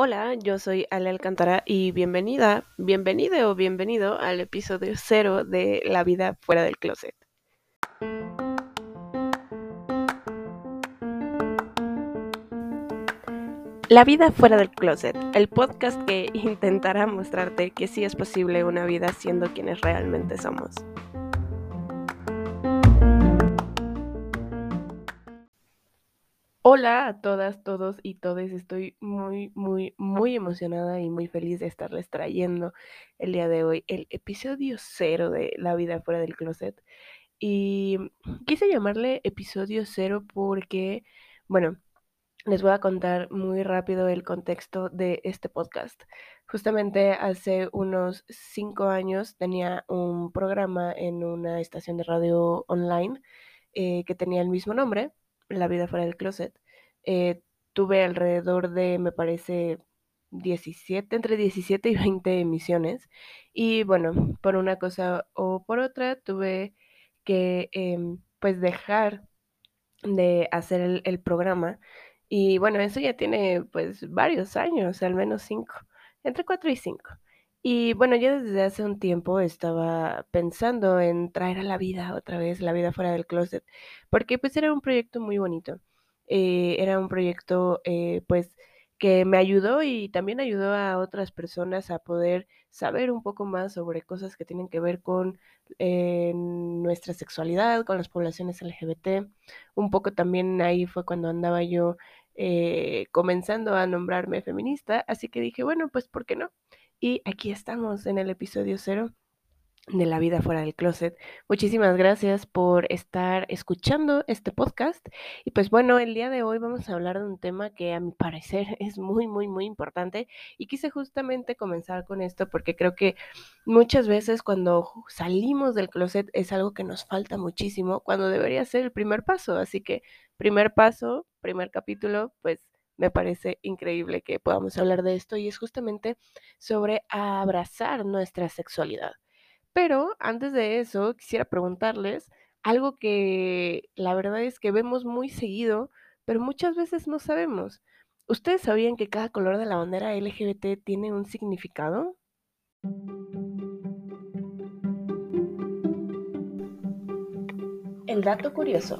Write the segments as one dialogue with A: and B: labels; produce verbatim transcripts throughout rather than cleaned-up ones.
A: Hola, yo soy Ale Alcántara y bienvenida, bienvenide o bienvenido al episodio cero de La vida fuera del closet. La vida fuera del closet, el podcast que intentará mostrarte que sí es posible una vida siendo quienes realmente somos. Hola a todas, todos y todes. Estoy muy, muy, muy emocionada y muy feliz de estarles trayendo el día de hoy el episodio cero de La vida fuera del closet. Y quise llamarle episodio cero porque, bueno, les voy a contar muy rápido el contexto de este podcast. Justamente hace unos cinco años tenía un programa en una estación de radio online eh, que tenía el mismo nombre, La vida fuera del closet. Eh, Tuve alrededor de, me parece, diecisiete, entre diecisiete y veinte emisiones. Y bueno, por una cosa o por otra, tuve que em, pues dejar de hacer el, el programa. Y bueno, eso ya tiene pues varios años, al menos cinco, entre cuatro y cinco. Y bueno, yo desde hace un tiempo estaba pensando en traer a la vida otra vez, la vida fuera del closet, porque pues era un proyecto muy bonito. Eh, era un proyecto eh, pues que me ayudó y también ayudó a otras personas a poder saber un poco más sobre cosas que tienen que ver con eh, nuestra sexualidad, con las poblaciones L G B T. Un poco también ahí fue cuando andaba yo eh, comenzando a nombrarme feminista, así que dije, bueno, pues ¿por qué no? Y aquí estamos en el episodio cero de La vida fuera del closet. Muchísimas gracias por estar escuchando este podcast. Y pues bueno, el día de hoy vamos a hablar de un tema que a mi parecer es muy, muy, muy importante. Y quise justamente comenzar con esto porque creo que muchas veces cuando salimos del closet es algo que nos falta muchísimo, cuando debería ser el primer paso. Así que primer paso, primer capítulo, pues me parece increíble que podamos hablar de esto y es justamente sobre abrazar nuestra sexualidad. Pero antes de eso, quisiera preguntarles algo que la verdad es que vemos muy seguido, pero muchas veces no sabemos. ¿Ustedes sabían que cada color de la bandera L G B T tiene un significado? El dato curioso.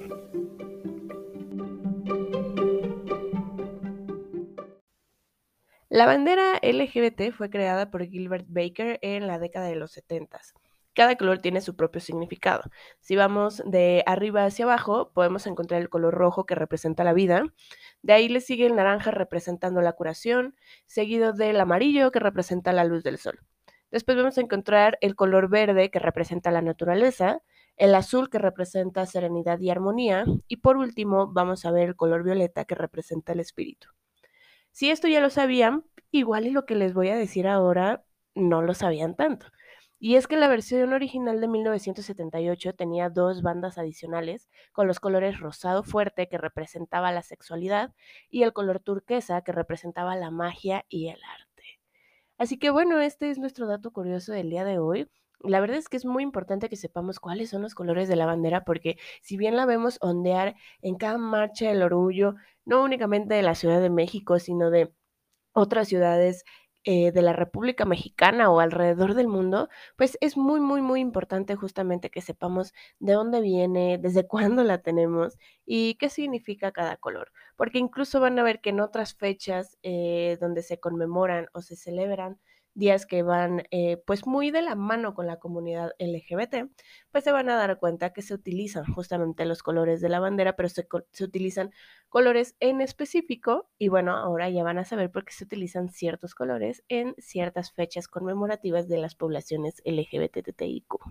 A: La bandera L G B T fue creada por Gilbert Baker en la década de los setenta. Cada color tiene su propio significado. Si vamos de arriba hacia abajo, podemos encontrar el color rojo que representa la vida. De ahí le sigue el naranja representando la curación, seguido del amarillo que representa la luz del sol. Después vamos a encontrar el color verde que representa la naturaleza, el azul que representa serenidad y armonía, y por último vamos a ver el color violeta que representa el espíritu. Si esto ya lo sabían, igual y lo que les voy a decir ahora no lo sabían tanto. Y es que la versión original de mil novecientos setenta y ocho tenía dos bandas adicionales, con los colores rosado fuerte que representaba la sexualidad y el color turquesa que representaba la magia y el arte. Así que bueno, este es nuestro dato curioso del día de hoy. La verdad es que es muy importante que sepamos cuáles son los colores de la bandera, porque si bien la vemos ondear en cada marcha del orgullo, no únicamente de la Ciudad de México, sino de otras ciudades eh, de la República Mexicana o alrededor del mundo, pues es muy, muy, muy importante justamente que sepamos de dónde viene, desde cuándo la tenemos y qué significa cada color. Porque incluso van a ver que en otras fechas eh, donde se conmemoran o se celebran días que van eh, pues muy de la mano con la comunidad L G B T, pues se van a dar cuenta que se utilizan justamente los colores de la bandera, pero se, se utilizan colores en específico y bueno, ahora ya van a saber por qué se utilizan ciertos colores en ciertas fechas conmemorativas de las poblaciones L G B T T I Q.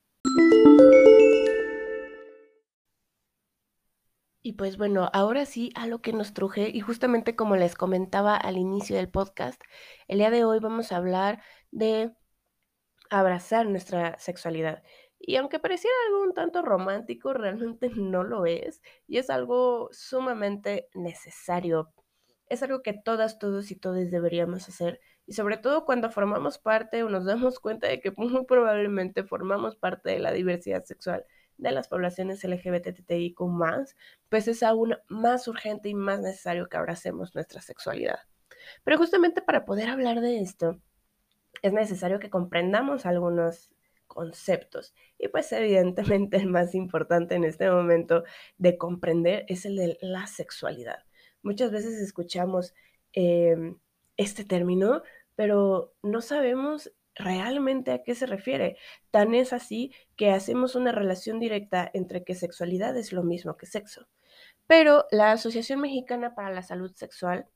A: Y pues bueno, ahora sí a lo que nos truje y justamente como les comentaba al inicio del podcast, el día de hoy vamos a hablar de abrazar nuestra sexualidad. Y aunque pareciera algo un tanto romántico, realmente no lo es y es algo sumamente necesario. Es algo que todas, todos y todes deberíamos hacer y sobre todo cuando formamos parte o nos damos cuenta de que muy probablemente formamos parte de la diversidad sexual de las poblaciones L G B T T I Q más, pues es aún más urgente y más necesario que abracemos nuestra sexualidad. Pero justamente para poder hablar de esto, es necesario que comprendamos algunos conceptos. Y pues evidentemente el más importante en este momento de comprender es el de la sexualidad. Muchas veces escuchamos eh, este término, pero no sabemos realmente a qué se refiere. Tan es así que hacemos una relación directa entre que sexualidad es lo mismo que sexo. Pero la Asociación Mexicana para la Salud Sexual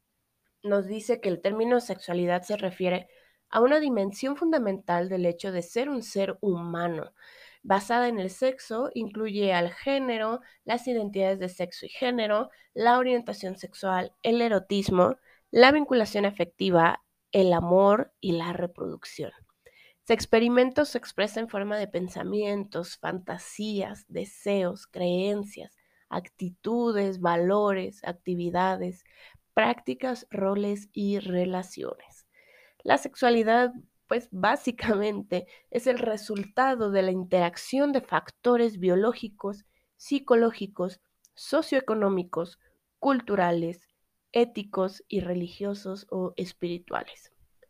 A: nos dice que el término sexualidad se refiere a una dimensión fundamental del hecho de ser un ser humano. Basada en el sexo, incluye al género, las identidades de sexo y género, la orientación sexual, el erotismo, la vinculación afectiva, el amor y la reproducción. Se experimenta o se expresa en forma de pensamientos, fantasías, deseos, creencias, actitudes, valores, actividades, prácticas, roles y relaciones. La sexualidad, pues básicamente es el resultado de la interacción de factores biológicos, psicológicos, socioeconómicos, culturales, éticos y religiosos o espirituales.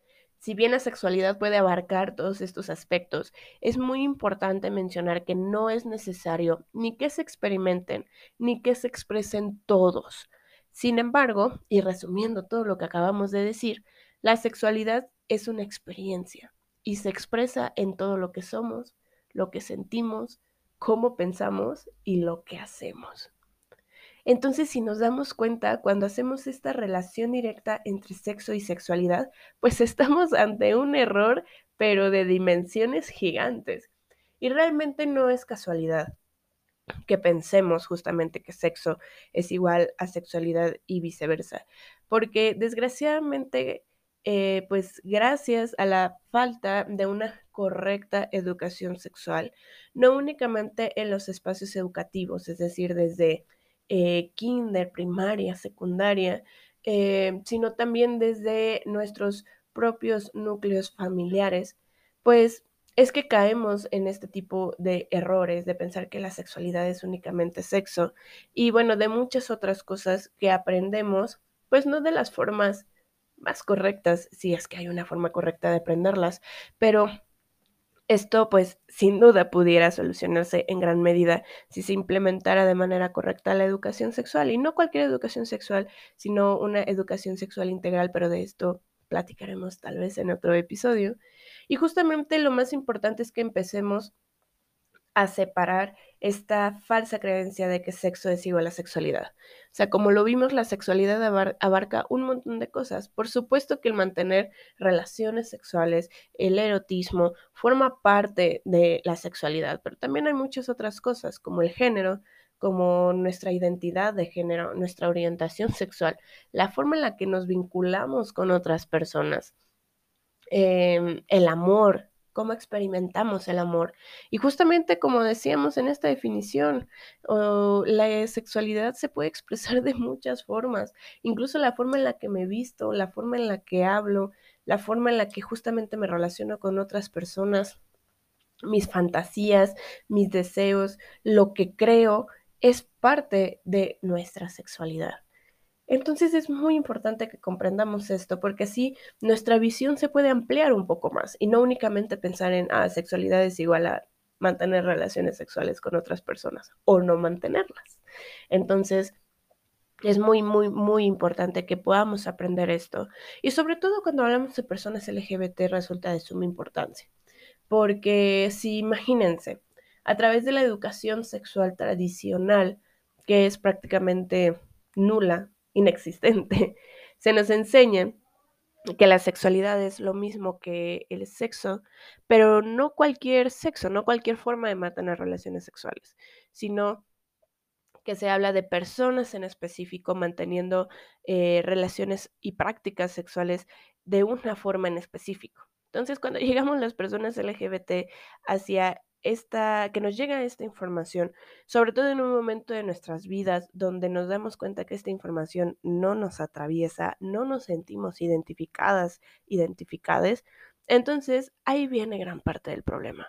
A: Si bien la sexualidad puede abarcar todos estos aspectos, es muy importante mencionar que no es necesario ni que se experimenten ni que se expresen todos. Sin embargo, y resumiendo todo lo que acabamos de decir, la sexualidad es una experiencia y se expresa en todo lo que somos, lo que sentimos, cómo pensamos y lo que hacemos. Entonces, si nos damos cuenta, cuando hacemos esta relación directa entre sexo y sexualidad, pues estamos ante un error, pero de dimensiones gigantes. Y realmente no es casualidad que pensemos justamente que sexo es igual a sexualidad y viceversa, porque desgraciadamente, eh, pues gracias a la falta de una correcta educación sexual, no únicamente en los espacios educativos, es decir, desde eh, kinder, primaria, secundaria, eh, sino también desde nuestros propios núcleos familiares, pues es que caemos en este tipo de errores, de pensar que la sexualidad es únicamente sexo y bueno, de muchas otras cosas que aprendemos, pues no de las formas más correctas, si es que hay una forma correcta de aprenderlas, pero esto pues sin duda pudiera solucionarse en gran medida si se implementara de manera correcta la educación sexual y no cualquier educación sexual, sino una educación sexual integral, pero de esto platicaremos tal vez en otro episodio. Y justamente lo más importante es que empecemos a separar esta falsa creencia de que sexo es igual a sexualidad. O sea, como lo vimos, la sexualidad abar- abarca un montón de cosas. Por supuesto que el mantener relaciones sexuales, el erotismo, forma parte de la sexualidad, pero también hay muchas otras cosas, como el género, como nuestra identidad de género, nuestra orientación sexual, la forma en la que nos vinculamos con otras personas, eh, el amor, cómo experimentamos el amor. Y justamente como decíamos en esta definición, oh, la sexualidad se puede expresar de muchas formas, incluso la forma en la que me visto, la forma en la que hablo, la forma en la que justamente me relaciono con otras personas, mis fantasías, mis deseos, lo que creo, es parte de nuestra sexualidad. Entonces es muy importante que comprendamos esto, porque así nuestra visión se puede ampliar un poco más y no únicamente pensar en, ah, sexualidad es igual a mantener relaciones sexuales con otras personas o no mantenerlas. Entonces es muy, muy, muy importante que podamos aprender esto. Y sobre todo cuando hablamos de personas L G B T resulta de suma importancia, porque si imagínense, a través de la educación sexual tradicional, que es prácticamente nula, inexistente, se nos enseña que la sexualidad es lo mismo que el sexo, pero no cualquier sexo, no cualquier forma de mantener relaciones sexuales, sino que se habla de personas en específico manteniendo eh, relaciones y prácticas sexuales de una forma en específico. Entonces, cuando llegamos las personas L G B T hacia esta, que nos llega esta información, sobre todo en un momento de nuestras vidas donde nos damos cuenta que esta información no nos atraviesa, no nos sentimos identificadas, identificades, entonces ahí viene gran parte del problema.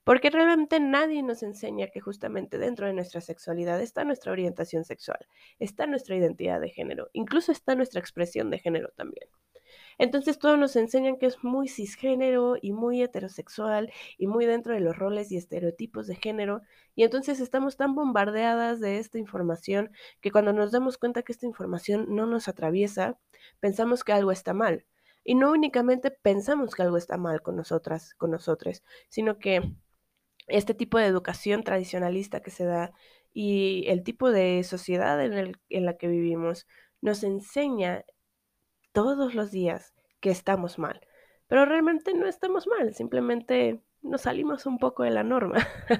A: porque realmente nadie nos enseña que justamente dentro de nuestra sexualidad está nuestra orientación sexual, está nuestra identidad de género, incluso está nuestra expresión de género también. Entonces todos nos enseñan que es muy cisgénero y muy heterosexual y muy dentro de los roles y estereotipos de género, y entonces estamos tan bombardeadas de esta información que cuando nos damos cuenta que esta información no nos atraviesa, pensamos que algo está mal. Y no únicamente pensamos que algo está mal con nosotras, con nosotros, sino que este tipo de educación tradicionalista que se da y el tipo de sociedad en, el, en la que vivimos nos enseña todos los días que estamos mal, pero realmente no estamos mal, simplemente nos salimos un poco de la norma.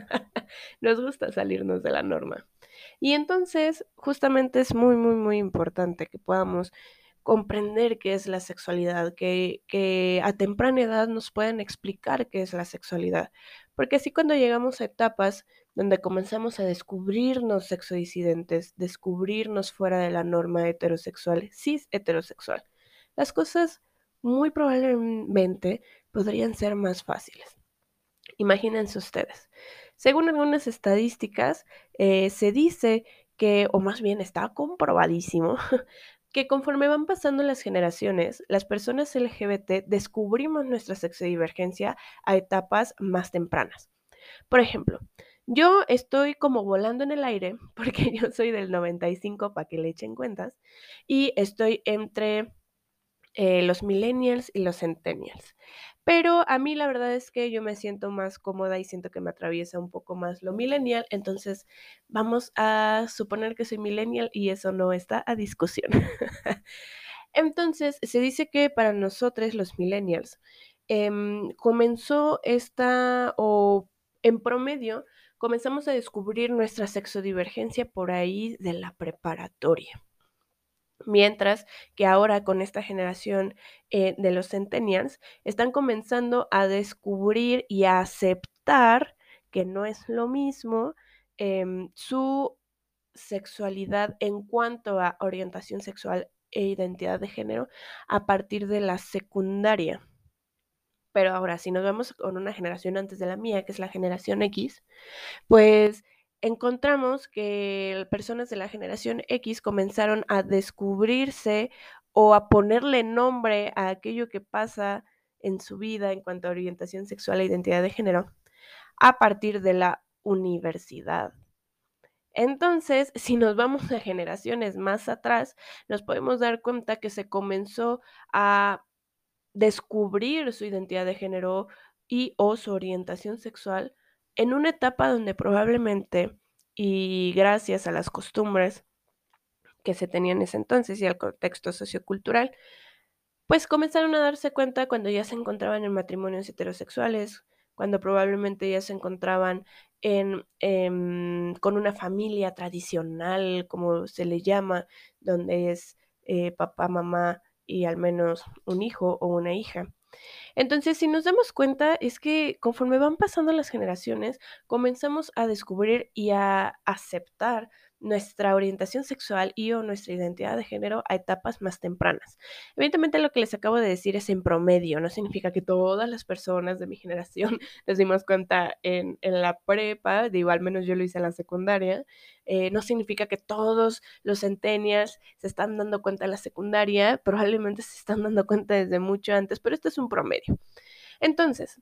A: Nos gusta salirnos de la norma. Y entonces, justamente es muy, muy, muy importante que podamos comprender qué es la sexualidad, que, que a temprana edad nos pueden explicar qué es la sexualidad, porque así cuando llegamos a etapas donde comenzamos a descubrirnos sexodisidentes, descubrirnos fuera de la norma heterosexual, cis heterosexual, las cosas muy probablemente podrían ser más fáciles. Imagínense ustedes. Según algunas estadísticas, eh, se dice que, o más bien está comprobadísimo, que conforme van pasando las generaciones, las personas L G B T descubrimos nuestra sexodivergencia a etapas más tempranas. Por ejemplo, yo estoy como volando en el aire, porque yo soy del noventa y cinco, para que le echen cuentas, y estoy entre eh, los millennials y los centennials. Pero a mí la verdad es que yo me siento más cómoda y siento que me atraviesa un poco más lo millennial, entonces vamos a suponer que soy millennial y eso no está a discusión. Entonces, se dice que para nosotros los millennials em, comenzó esta, o en promedio, comenzamos a descubrir nuestra sexodivergencia por ahí de la preparatoria. Mientras que ahora con esta generación eh, de los centennials están comenzando a descubrir y a aceptar que no es lo mismo em, su sexualidad en cuanto a orientación sexual e identidad de género a partir de la secundaria. Pero ahora, si nos vamos con una generación antes de la mía, que es la generación X, pues encontramos que personas de la generación X comenzaron a descubrirse o a ponerle nombre a aquello que pasa en su vida en cuanto a orientación sexual e identidad de género a partir de la universidad. Entonces, si nos vamos a generaciones más atrás, nos podemos dar cuenta que se comenzó a descubrir su identidad de género y o su orientación sexual en una etapa donde probablemente, y gracias a las costumbres que se tenían en ese entonces y al contexto sociocultural, pues comenzaron a darse cuenta cuando ya se encontraban en matrimonios heterosexuales, cuando probablemente ya se encontraban en, em, con una familia tradicional, como se le llama, donde es eh, papá, mamá y al menos un hijo o una hija. Entonces, si nos damos cuenta, es que conforme van pasando las generaciones, comenzamos a descubrir y a aceptar nuestra orientación sexual y o nuestra identidad de género a etapas más tempranas. Evidentemente, lo que les acabo de decir es en promedio, no significa que todas las personas de mi generación nos dimos cuenta en, en la prepa, digo, al menos yo lo hice en la secundaria, eh, no significa que todos los centennials se están dando cuenta en la secundaria, probablemente se están dando cuenta desde mucho antes, pero esto es un promedio. Entonces,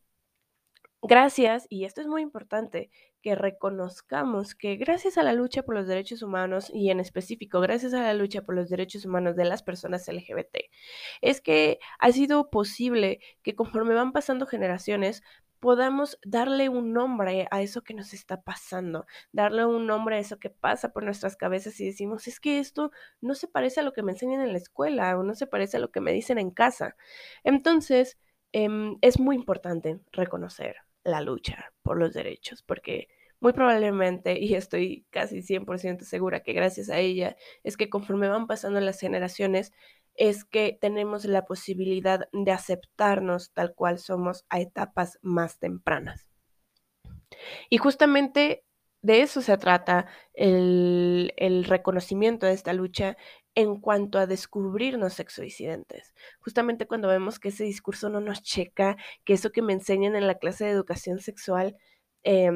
A: gracias, y esto es muy importante, que reconozcamos que gracias a la lucha por los derechos humanos y en específico gracias a la lucha por los derechos humanos de las personas L G B T, es que ha sido posible que conforme van pasando generaciones podamos darle un nombre a eso que nos está pasando, darle un nombre a eso que pasa por nuestras cabezas y decimos, es que esto no se parece a lo que me enseñan en la escuela o no se parece a lo que me dicen en casa. Entonces, em, es muy importante reconocer la lucha por los derechos, porque muy probablemente, y estoy casi cien por ciento segura que gracias a ella, es que conforme van pasando las generaciones, es que tenemos la posibilidad de aceptarnos tal cual somos a etapas más tempranas. Y justamente de eso se trata el, el reconocimiento de esta lucha en cuanto a descubrirnos sexodisidentes. Justamente cuando vemos que ese discurso no nos checa, que eso que me enseñan en la clase de educación sexual Eh,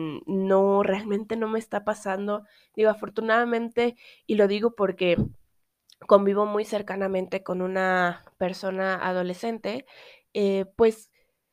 A: no, realmente no me está pasando. Digo, afortunadamente, y lo digo porque convivo muy cercanamente con una persona adolescente, eh, pues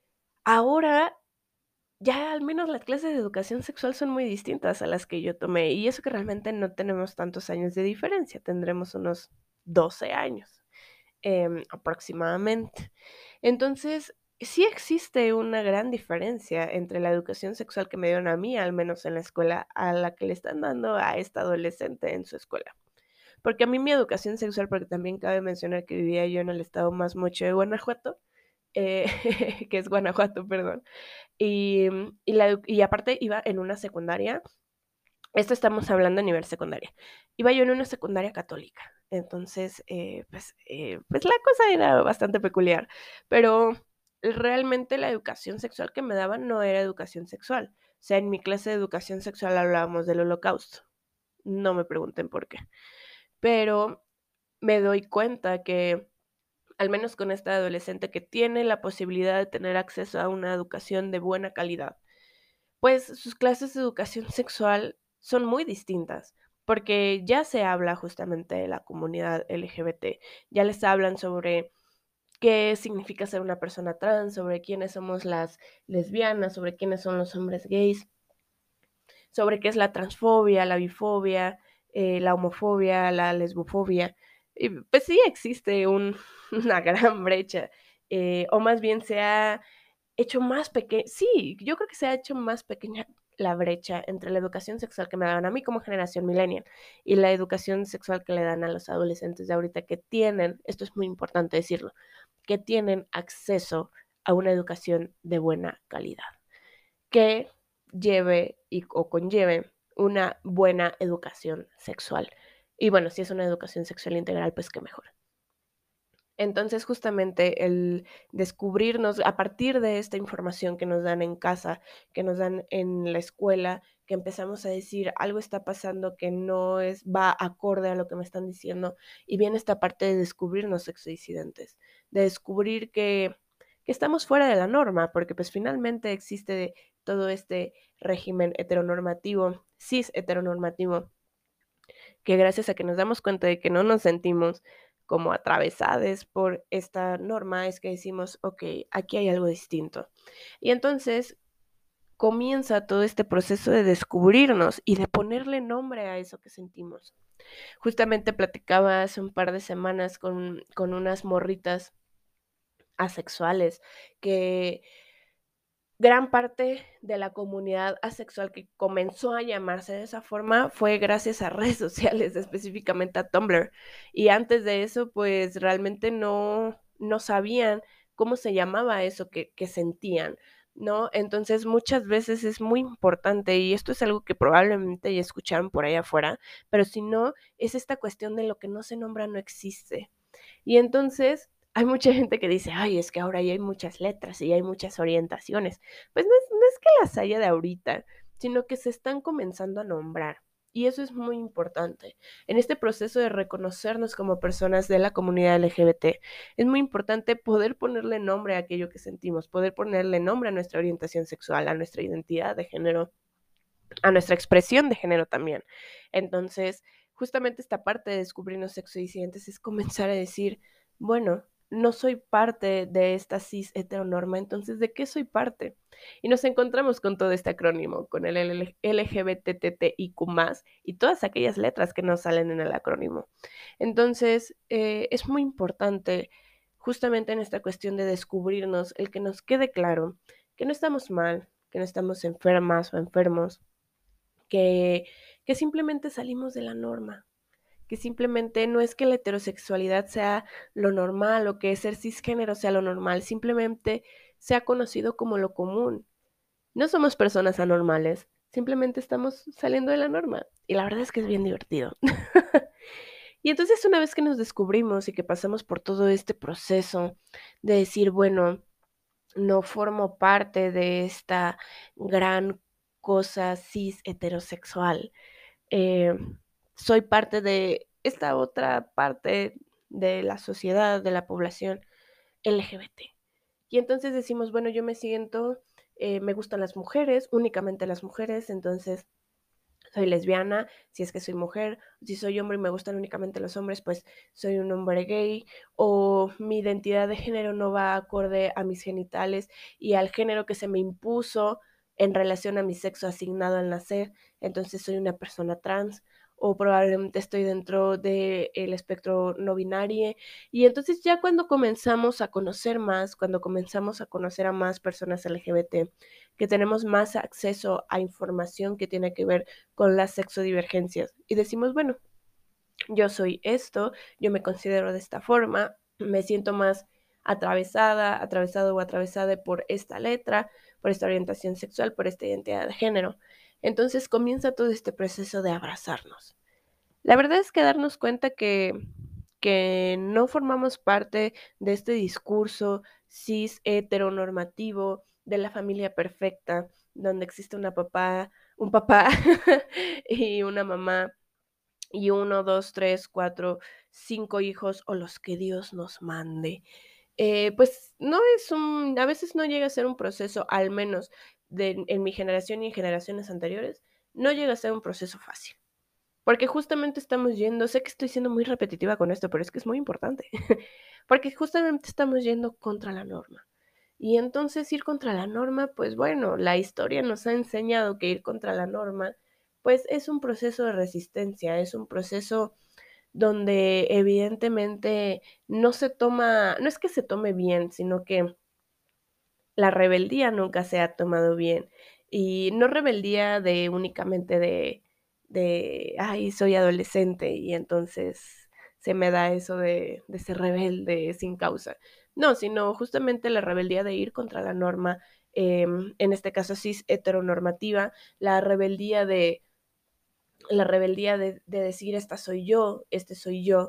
A: ahora ya al menos las clases de educación sexual son muy distintas a las que yo tomé, y eso que realmente no tenemos tantos años de diferencia, tendremos unos doce años, em, aproximadamente. Entonces, sí existe una gran diferencia entre la educación sexual que me dieron a mí, al menos en la escuela, a la que le están dando a esta adolescente en su escuela. Porque a mí mi educación sexual, porque también cabe mencionar que vivía yo en el estado más mocho de Guanajuato, eh, que es Guanajuato, perdón, y, mm, y, la, y aparte iba en una secundaria, esto estamos hablando a nivel secundaria, iba yo en una secundaria católica, entonces, eh, pues, eh, pues la cosa era bastante peculiar, pero realmente la educación sexual que me daban no era educación sexual, o sea, en mi clase de educación sexual hablábamos del holocausto, no me pregunten por qué, pero me doy cuenta que, al menos con esta adolescente que tiene la posibilidad de tener acceso a una educación de buena calidad, pues sus clases de educación sexual son muy distintas, porque ya se habla justamente de la comunidad L G B T, ya les hablan sobre qué significa ser una persona trans, sobre quiénes somos las lesbianas, sobre quiénes son los hombres gays, sobre qué es la transfobia, la bifobia, eh, la homofobia, la lesbofobia. Y pues sí existe un, una gran brecha, eh, o más bien se ha hecho más pequeña, sí, yo creo que se ha hecho más pequeña la brecha entre la educación sexual que me daban a mí como generación millennial y la educación sexual que le dan a los adolescentes de ahorita que tienen, esto es muy importante decirlo, que tienen acceso a una educación de buena calidad, que lleve y, o conlleve una buena educación sexual. Y bueno, si es una educación sexual integral, pues qué mejor. Entonces, justamente el descubrirnos a partir de esta información que nos dan en casa, que nos dan en la escuela, que empezamos a decir algo está pasando que no es va acorde a lo que me están diciendo, y viene esta parte de descubrirnos sexodisidentes, de descubrir que, que estamos fuera de la norma, porque pues finalmente existe todo este régimen heteronormativo, cis heteronormativo, que gracias a que nos damos cuenta de que no nos sentimos como atravesadas por esta norma, es que decimos, ok, aquí hay algo distinto. Y entonces comienza todo este proceso de descubrirnos y de ponerle nombre a eso que sentimos. Justamente platicaba hace un par de semanas con, con unas morritas asexuales que gran parte de la comunidad asexual que comenzó a llamarse de esa forma fue gracias a redes sociales, específicamente a Tumblr. Y antes de eso, pues realmente no, no sabían cómo se llamaba eso que, que sentían, ¿no? Entonces muchas veces es muy importante, y esto es algo que probablemente ya escucharon por ahí afuera, pero si no, es esta cuestión de lo que no se nombra no existe. Y entonces hay mucha gente que dice, ay, es que ahora ya hay muchas letras y hay muchas orientaciones. Pues no es, no es que las haya de ahorita, sino que se están comenzando a nombrar. Y eso es muy importante. En este proceso de reconocernos como personas de la comunidad L G B T, es muy importante poder ponerle nombre a aquello que sentimos, poder ponerle nombre a nuestra orientación sexual, a nuestra identidad de género, a nuestra expresión de género también. Entonces, justamente esta parte de descubrirnos sexodisidentes es comenzar a decir, bueno, no soy parte de esta cis heteronorma, entonces, ¿de qué soy parte? Y nos encontramos con todo este acrónimo, con el L G B T T I Q más, y todas aquellas letras que nos salen en el acrónimo. Entonces, eh, es muy importante, justamente en esta cuestión de descubrirnos, el que nos quede claro que no estamos mal, que no estamos enfermas o enfermos, que, que simplemente salimos de la norma, que simplemente no es que la heterosexualidad sea lo normal o que ser cisgénero sea lo normal, simplemente se ha conocido como lo común. No somos personas anormales, simplemente estamos saliendo de la norma. Y la verdad es que es bien divertido. Y entonces una vez que nos descubrimos y que pasamos por todo este proceso de decir, bueno, no formo parte de esta gran cosa cis heterosexual, eh, soy parte de esta otra parte de la sociedad, de la población L G B T. Y entonces decimos, bueno, yo me siento eh, me gustan las mujeres, únicamente las mujeres, entonces soy lesbiana, si es que soy mujer, si soy hombre y me gustan únicamente los hombres, pues soy un hombre gay, o mi identidad de género no va acorde a mis genitales y al género que se me impuso en relación a mi sexo asignado al nacer, entonces soy una persona trans, o probablemente estoy dentro del espectro no binario, y entonces ya cuando comenzamos a conocer más, cuando comenzamos a conocer a más personas L G B T, que tenemos más acceso a información que tiene que ver con las sexodivergencias y decimos, bueno, yo soy esto, yo me considero de esta forma, me siento más atravesada, atravesado o atravesada por esta letra, por esta orientación sexual, por esta identidad de género. Entonces comienza todo este proceso de abrazarnos. La verdad es que darnos cuenta que, que no formamos parte de este discurso cis heteronormativo de la familia perfecta, donde existe una papá, un papá y una mamá y uno, dos, tres, cuatro, cinco hijos o los que Dios nos mande. Eh, pues no es un, a veces no llega a ser un proceso, al menos de, en mi generación y en generaciones anteriores, no llega a ser un proceso fácil. Porque justamente estamos yendo, sé que estoy siendo muy repetitiva con esto, pero es que es muy importante, porque justamente estamos yendo contra la norma. Y entonces ir contra la norma, pues bueno, la historia nos ha enseñado que ir contra la norma, pues es un proceso de resistencia, es un proceso donde evidentemente no se toma, no es que se tome bien, sino que la rebeldía nunca se ha tomado bien. Y no rebeldía de únicamente de, de, ay, soy adolescente y entonces se me da eso de, de ser rebelde sin causa. No, sino justamente la rebeldía de ir contra la norma, eh, en este caso cis heteronormativa, la rebeldía de, la rebeldía de, de decir esta soy yo, este soy yo,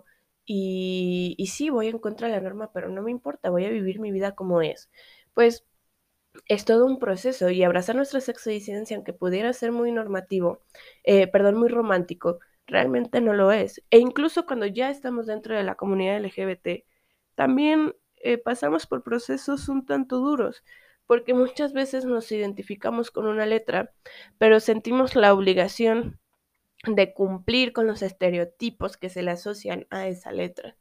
A: y, y sí, voy en contra de la norma, pero no me importa, voy a vivir mi vida como es. Pues es todo un proceso y abrazar nuestra sexodisidencia, aunque pudiera ser muy normativo, eh, perdón, muy romántico, realmente no lo es. E incluso cuando ya estamos dentro de la comunidad L G B T, también eh, pasamos por procesos un tanto duros, porque muchas veces nos identificamos con una letra, pero sentimos la obligación de cumplir con los estereotipos que se le asocian a esa letra.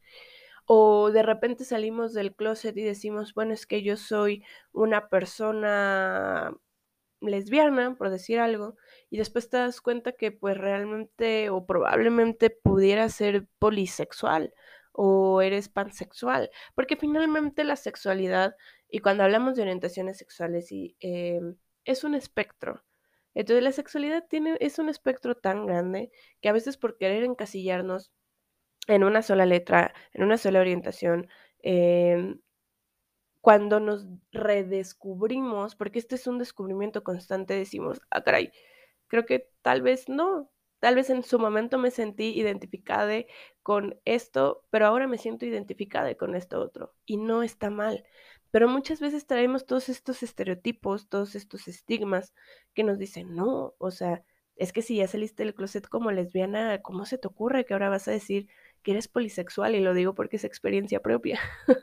A: O de repente salimos del closet y decimos, bueno, es que yo soy una persona lesbiana, por decir algo, y después te das cuenta que pues realmente o probablemente pudiera ser polisexual o eres pansexual, porque finalmente la sexualidad, y cuando hablamos de orientaciones sexuales, y, eh, es un espectro. Entonces la sexualidad tiene, es un espectro tan grande que a veces por querer encasillarnos en una sola letra, en una sola orientación, em, cuando nos redescubrimos, porque este es un descubrimiento constante, decimos, ah, caray, creo que tal vez no, tal vez en su momento me sentí identificada con esto, pero ahora me siento identificada con esto otro, y no está mal. Pero muchas veces traemos todos estos estereotipos, todos estos estigmas que nos dicen, no, o sea, es que si ya saliste del closet como lesbiana, ¿cómo se te ocurre que ahora vas a decir que eres polisexual? Y lo digo porque es experiencia propia.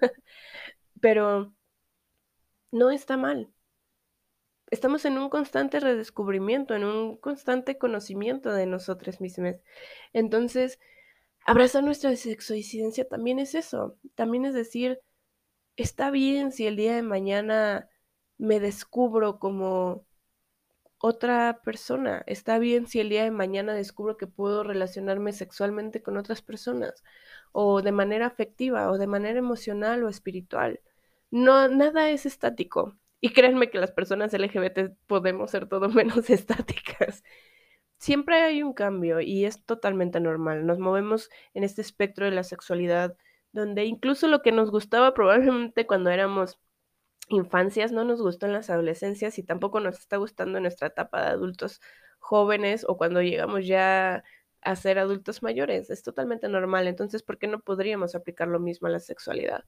A: Pero no está mal. Estamos en un constante redescubrimiento, en un constante conocimiento de nosotras mismas. Entonces, abrazar nuestra sexodisidencia también es eso, también es decir, está bien si el día de mañana me descubro como otra persona, está bien si el día de mañana descubro que puedo relacionarme sexualmente con otras personas, o de manera afectiva, o de manera emocional o espiritual. No, nada es estático. Y créanme que las personas L G B T podemos ser todo menos estáticas. Siempre hay un cambio y es totalmente normal. Nos movemos en este espectro de la sexualidad, donde incluso lo que nos gustaba probablemente cuando éramos infancias no nos gustó en las adolescencias y tampoco nos está gustando en nuestra etapa de adultos jóvenes o cuando llegamos ya a ser adultos mayores. Es totalmente normal. Entonces, ¿por qué no podríamos aplicar lo mismo a la sexualidad?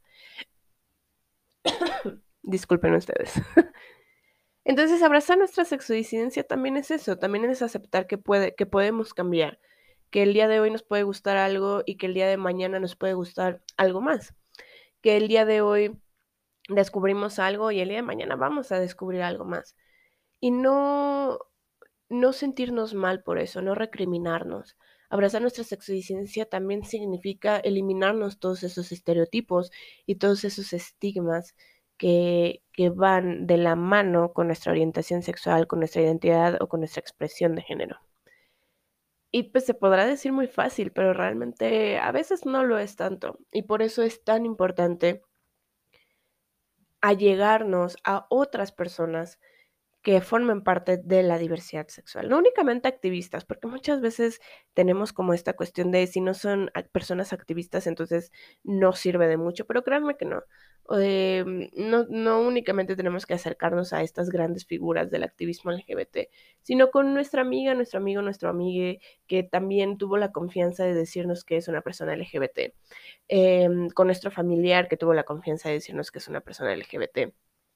A: Disculpen ustedes. Entonces, abrazar nuestra sexodisidencia también es eso, también es aceptar que, puede, que podemos cambiar, que el día de hoy nos puede gustar algo y que el día de mañana nos puede gustar algo más, que el día de hoy descubrimos algo y el día de mañana vamos a descubrir algo más. y no, no sentirnos mal por eso, no recriminarnos. Abrazar nuestra sexodisidencia también significa eliminarnos todos esos estereotipos y todos esos estigmas que, que van de la mano con nuestra orientación sexual, con nuestra identidad o con nuestra expresión de género. Y pues se podrá decir muy fácil, pero realmente a veces no lo es tanto. Y por eso es tan importante allegarnos a otras personas que formen parte de la diversidad sexual. No únicamente activistas, porque muchas veces tenemos como esta cuestión de si no son personas activistas, entonces no sirve de mucho, pero créanme que no. Eh, no, no únicamente tenemos que acercarnos a estas grandes figuras del activismo L G B T, sino con nuestra amiga, nuestro amigo, nuestro amigue, que también tuvo la confianza de decirnos que es una persona L G B T, eh, con nuestro familiar que tuvo la confianza de decirnos que es una persona L G B T.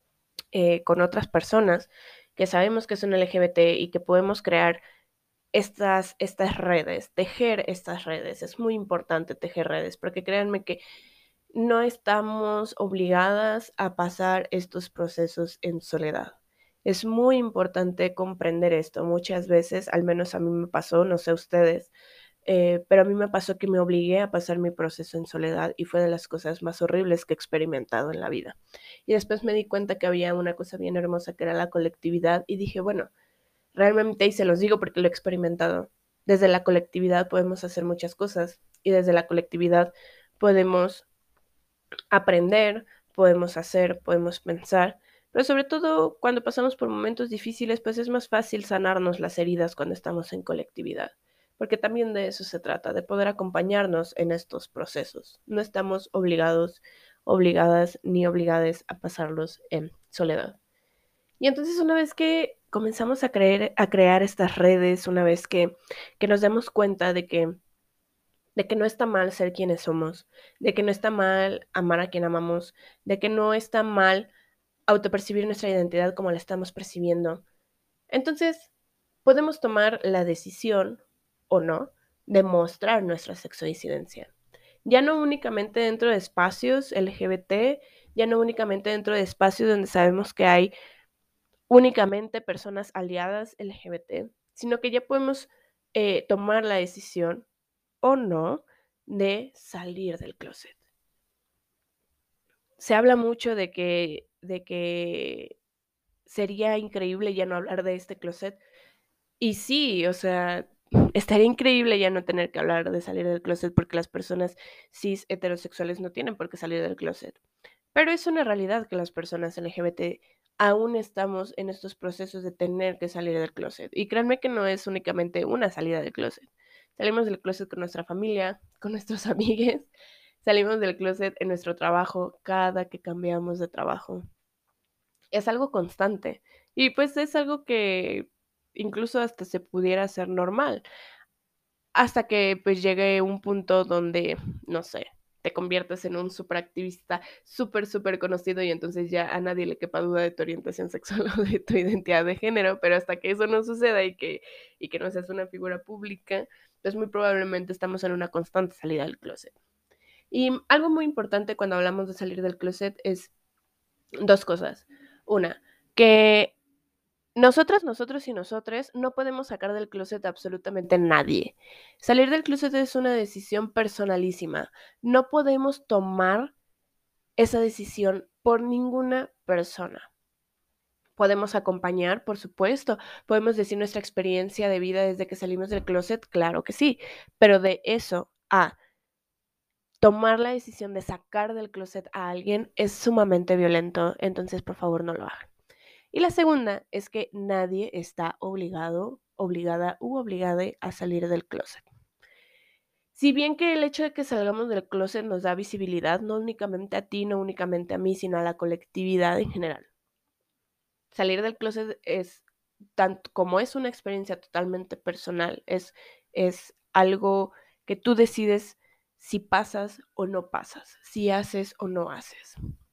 A: Eh, con otras personas que sabemos que son L G B T y que podemos crear estas, estas redes, tejer estas redes. Es muy importante tejer redes, porque créanme que no estamos obligadas a pasar estos procesos en soledad. Es muy importante comprender esto. Muchas veces, al menos a mí me pasó, no sé ustedes, eh, pero a mí me pasó que me obligué a pasar mi proceso en soledad y fue de las cosas más horribles que he experimentado en la vida. Y después me di cuenta que había una cosa bien hermosa que era la colectividad y dije, bueno, realmente, y se los digo porque lo he experimentado, desde la colectividad podemos hacer muchas cosas y desde la colectividad podemos aprender, podemos hacer, podemos pensar, pero sobre todo cuando pasamos por momentos difíciles, pues es más fácil sanarnos las heridas cuando estamos en colectividad, porque también de eso se trata, de poder acompañarnos en estos procesos. No estamos obligados, obligadas ni obligadas a pasarlos en soledad. Y entonces una vez que comenzamos a, creer, a crear estas redes, una vez que, que nos damos cuenta de que de que no está mal ser quienes somos, de que no está mal amar a quien amamos, de que no está mal autopercibir nuestra identidad como la estamos percibiendo. Entonces, podemos tomar la decisión, o no, de mostrar nuestra sexodisidencia. Ya no únicamente dentro de espacios L G B T, ya no únicamente dentro de espacios donde sabemos que hay únicamente personas aliadas L G B T, sino que ya podemos eh, tomar la decisión o no de salir del closet. Se habla mucho de que, de que sería increíble ya no hablar de este closet. Y sí, o sea, estaría increíble ya no tener que hablar de salir del closet porque las personas cis heterosexuales no tienen por qué salir del closet. Pero es una realidad que las personas L G B T aún estamos en estos procesos de tener que salir del closet. Y créanme que no es únicamente una salida del closet. Salimos del closet con nuestra familia, con nuestros amigues, salimos del closet en nuestro trabajo cada que cambiamos de trabajo. Es algo constante y pues es algo que incluso hasta se pudiera hacer normal, hasta que pues llegue un punto donde, no sé, te conviertes en un superactivista súper, súper conocido y entonces ya a nadie le quepa duda de tu orientación sexual o de tu identidad de género, pero hasta que eso no suceda y que, y que no seas una figura pública, pues muy probablemente estamos en una constante salida del closet. Y algo muy importante cuando hablamos de salir del closet es dos cosas. Una, que nosotras, nosotros y nosotres no podemos sacar del closet a absolutamente nadie. Salir del closet es una decisión personalísima. No podemos tomar esa decisión por ninguna persona. Podemos acompañar, por supuesto. Podemos decir nuestra experiencia de vida desde que salimos del closet, claro que sí. Pero de eso a tomar la decisión de sacar del closet a alguien es sumamente violento. Entonces, por favor, no lo hagan. Y la segunda es que nadie está obligado, obligada u obligada a salir del closet. Si bien que el hecho de que salgamos del closet nos da visibilidad, no únicamente a ti, no únicamente a mí, sino a la colectividad en general. Salir del closet es, tanto como es una experiencia totalmente personal, es, es algo que tú decides si pasas o no pasas, si haces o no haces.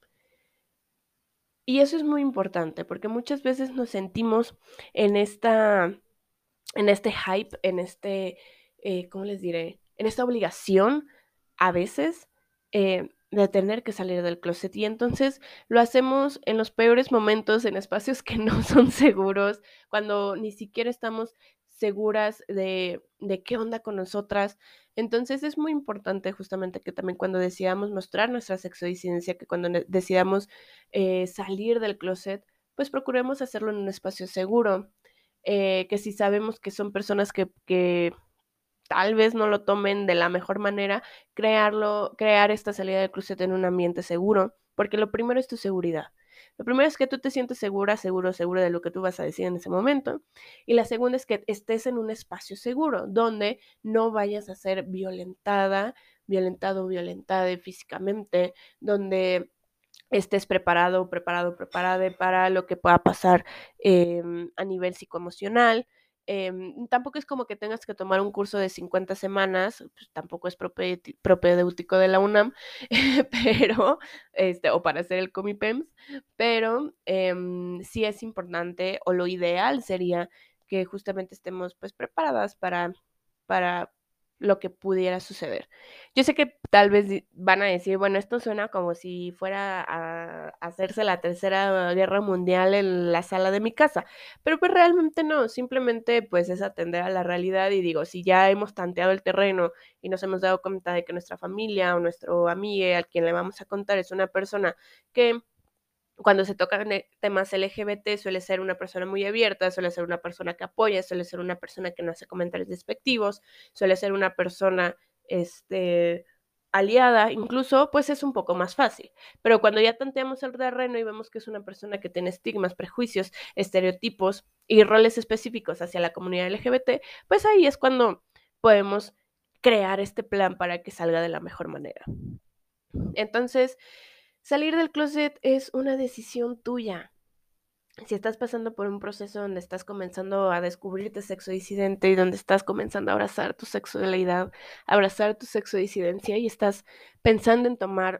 A: Y eso es muy importante porque muchas veces nos sentimos en esta, en este hype, en este, eh, ¿cómo les diré? En esta obligación a veces eh, de tener que salir del closet. Y entonces lo hacemos en los peores momentos, en espacios que no son seguros, cuando ni siquiera estamos seguras de, de qué onda con nosotras. Entonces es muy importante justamente que también cuando decidamos mostrar nuestra sexodisidencia, que cuando decidamos eh, salir del closet, pues procuremos hacerlo en un espacio seguro, eh, que si sabemos que son personas que, que tal vez no lo tomen de la mejor manera, crearlo, crear esta salida del closet en un ambiente seguro, porque lo primero es tu seguridad. Lo primero es que tú te sientes segura, seguro, seguro de lo que tú vas a decir en ese momento. Y la segunda es que estés en un espacio seguro, donde no vayas a ser violentada, violentado o violentada físicamente, donde estés preparado, preparado, preparada para lo que pueda pasar eh, a nivel psicoemocional. Eh, tampoco es como que tengas que tomar un curso de cincuenta semanas, pues, tampoco es propedéutico de la UNAM, pero, este, o para hacer el Comipems, pero eh, sí es importante, o lo ideal sería que justamente estemos pues preparadas para, para lo que pudiera suceder. Yo sé que tal vez van a decir, bueno, esto suena como si fuera a hacerse la tercera guerra mundial en la sala de mi casa, pero pues realmente no, simplemente pues es atender a la realidad y digo, si ya hemos tanteado el terreno y nos hemos dado cuenta de que nuestra familia o nuestro amigo al quien le vamos a contar es una persona que cuando se tocan temas L G B T suele ser una persona muy abierta, suele ser una persona que apoya, suele ser una persona que no hace comentarios despectivos, suele ser una persona, este, aliada, incluso, pues es un poco más fácil. Pero cuando ya tanteamos el terreno y vemos que es una persona que tiene estigmas, prejuicios, estereotipos y roles específicos hacia la comunidad L G B T, pues ahí es cuando podemos crear este plan para que salga de la mejor manera. Entonces, salir del closet es una decisión tuya. Si estás pasando por un proceso donde estás comenzando a descubrirte sexodisidente y donde estás comenzando a abrazar tu sexualidad, abrazar tu sexodisidencia y estás pensando en tomar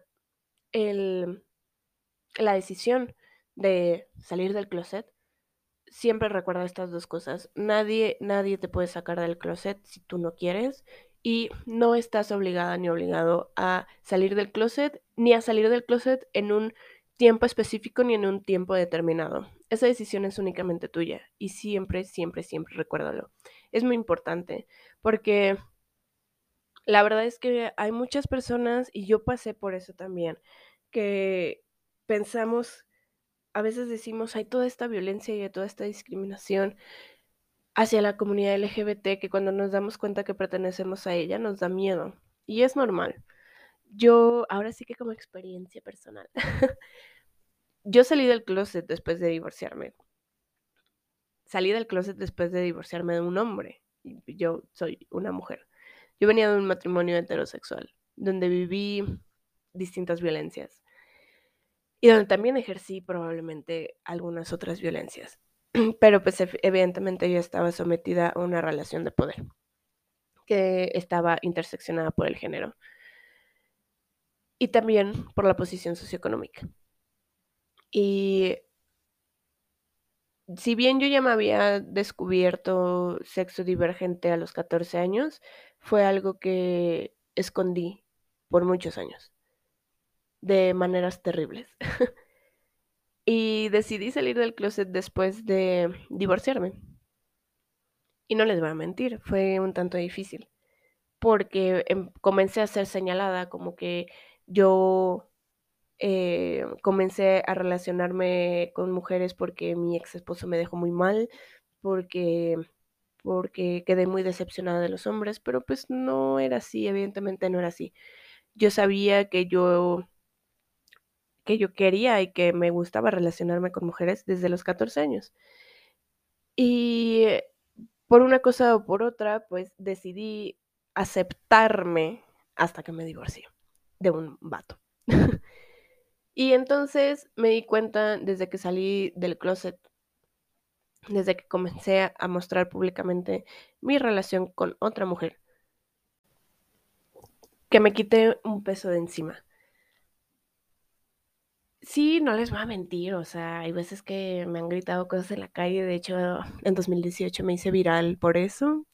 A: el, la decisión de salir del closet, siempre recuerda estas dos cosas. Nadie, nadie te puede sacar del closet si tú no quieres y no estás obligada ni obligado a salir del closet ni a salir del closet en un tiempo específico ni en un tiempo determinado. Esa decisión es únicamente tuya y siempre, siempre, siempre recuérdalo. Es muy importante porque la verdad es que hay muchas personas, y yo pasé por eso también, que pensamos, a veces decimos, hay toda esta violencia y hay toda esta discriminación hacia la comunidad L G B T que cuando nos damos cuenta que pertenecemos a ella nos da miedo. Y es normal. Yo, ahora sí que como experiencia personal, yo salí del closet después de divorciarme. Salí del closet después de divorciarme de un hombre. Yo soy una mujer. Yo venía de un matrimonio heterosexual, donde viví distintas violencias y donde también ejercí probablemente algunas otras violencias. Pero pues evidentemente yo estaba sometida a una relación de poder que estaba interseccionada por el género y también por la posición socioeconómica. Y si bien yo ya me había descubierto sexo divergente a los catorce años, fue algo que escondí por muchos años, de maneras terribles. Y decidí salir del closet después de divorciarme. Y no les voy a mentir, fue un tanto difícil, porque em, comencé a ser señalada como que yo eh, comencé a relacionarme con mujeres porque mi ex esposo me dejó muy mal, porque, porque quedé muy decepcionada de los hombres, pero pues no era así, evidentemente no era así. Yo sabía que yo, que yo quería y que me gustaba relacionarme con mujeres desde los catorce años. Y por una cosa o por otra, pues decidí aceptarme hasta que me divorcié de un vato. Y entonces me di cuenta desde que salí del closet, desde que comencé a mostrar públicamente mi relación con otra mujer, que me quité un peso de encima. Sí, no les voy a mentir, o sea, hay veces que me han gritado cosas en la calle, de hecho, en dos mil dieciocho me hice viral por eso,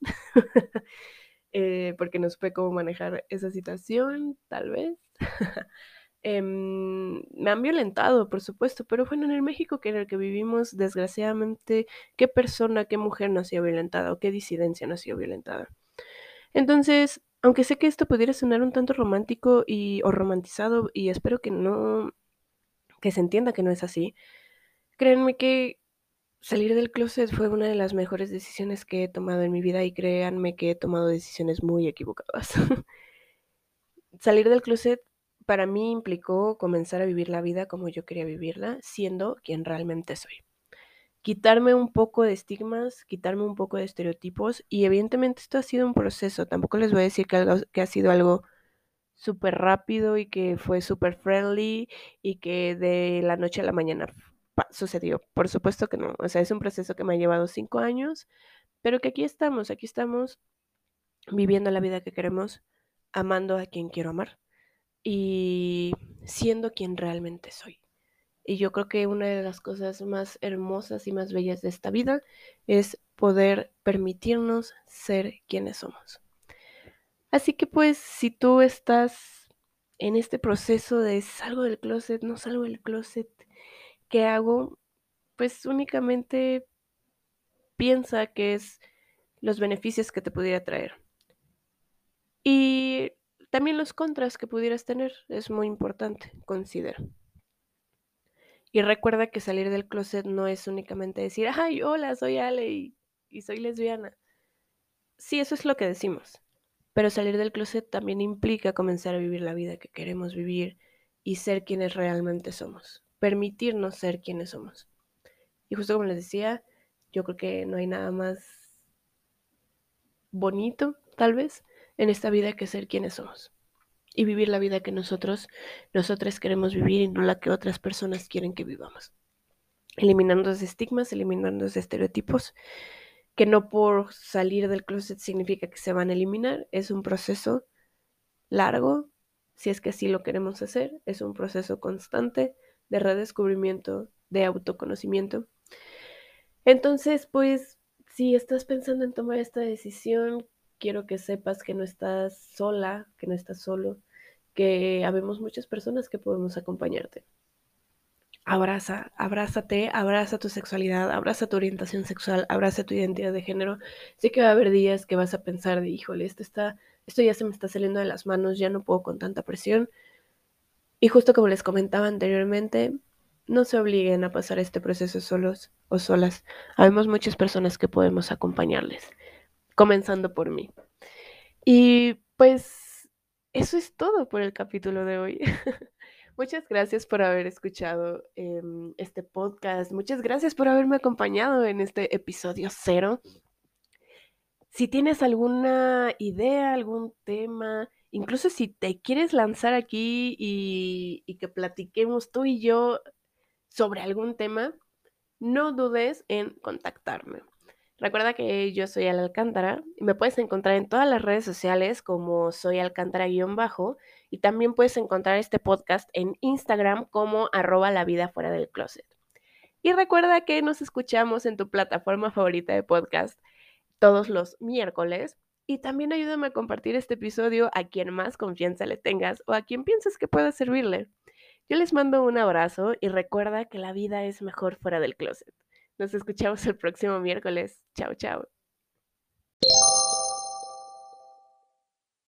A: eh, porque no supe cómo manejar esa situación, tal vez. Em, me han violentado, por supuesto, pero bueno, en el México que en el que vivimos, desgraciadamente, ¿qué persona, qué mujer no ha sido violentada o qué disidencia no ha sido violentada? Entonces, aunque sé que esto pudiera sonar un tanto romántico y o romantizado, y espero que no que se entienda que no es así, créanme que salir del closet fue una de las mejores decisiones que he tomado en mi vida y créanme que he tomado decisiones muy equivocadas. Salir del closet para mí implicó comenzar a vivir la vida como yo quería vivirla, siendo quien realmente soy. Quitarme un poco de estigmas, quitarme un poco de estereotipos y evidentemente esto ha sido un proceso. Tampoco les voy a decir que, algo, que ha sido algo súper rápido y que fue súper friendly y que de la noche a la mañana pa- sucedió. Por supuesto que no. O sea, es un proceso que me ha llevado cinco años, pero que aquí estamos, aquí estamos viviendo la vida que queremos, amando a quien quiero amar y siendo quien realmente soy. Y yo creo que una de las cosas más hermosas y más bellas de esta vida es poder permitirnos ser quienes somos. Así que pues si tú estás en este proceso de salgo del closet, no salgo del closet, ¿qué hago? Pues únicamente piensa que es los beneficios que te pudiera traer. Y también los contras que pudieras tener, es muy importante, considera. Y recuerda que salir del closet no es únicamente decir, ay, hola, soy Ale y, y soy lesbiana. Sí, eso es lo que decimos. Pero salir del closet también implica comenzar a vivir la vida que queremos vivir y ser quienes realmente somos. Permitirnos ser quienes somos. Y justo como les decía, yo creo que no hay nada más bonito, tal vez, en esta vida que ser quienes somos. Y vivir la vida que nosotros, nosotras queremos vivir y no la que otras personas quieren que vivamos. Eliminando los estigmas, eliminando los estereotipos, que no por salir del closet significa que se van a eliminar, es un proceso largo, si es que así lo queremos hacer, es un proceso constante de redescubrimiento, de autoconocimiento. Entonces, pues, si estás pensando en tomar esta decisión, quiero que sepas que no estás sola, que no estás solo, que habemos muchas personas que podemos acompañarte. Abraza, abrázate, abraza tu sexualidad, abraza tu orientación sexual, abraza tu identidad de género. Sé que va a haber días que vas a pensar de, híjole, esto está, esto ya se me está saliendo de las manos, ya no puedo con tanta presión. Y justo como les comentaba anteriormente, no se obliguen a pasar este proceso solos o solas. Habemos muchas personas que podemos acompañarles, comenzando por mí. Y pues eso es todo por el capítulo de hoy. Muchas gracias por haber escuchado eh, este podcast. Muchas gracias por haberme acompañado en este episodio cero. Si tienes alguna idea, algún tema, incluso si te quieres lanzar aquí y, y que platiquemos tú y yo sobre algún tema, no dudes en contactarme. Recuerda que yo soy Al Alcántara y me puedes encontrar en todas las redes sociales como soy Alcántara-bajo y también puedes encontrar este podcast en Instagram como arroba la vida fuera del closet. Y recuerda que nos escuchamos en tu plataforma favorita de podcast todos los miércoles y también ayúdame a compartir este episodio a quien más confianza le tengas o a quien pienses que pueda servirle. Yo les mando un abrazo y recuerda que la vida es mejor fuera del closet. Nos escuchamos el próximo miércoles. Chao, chao.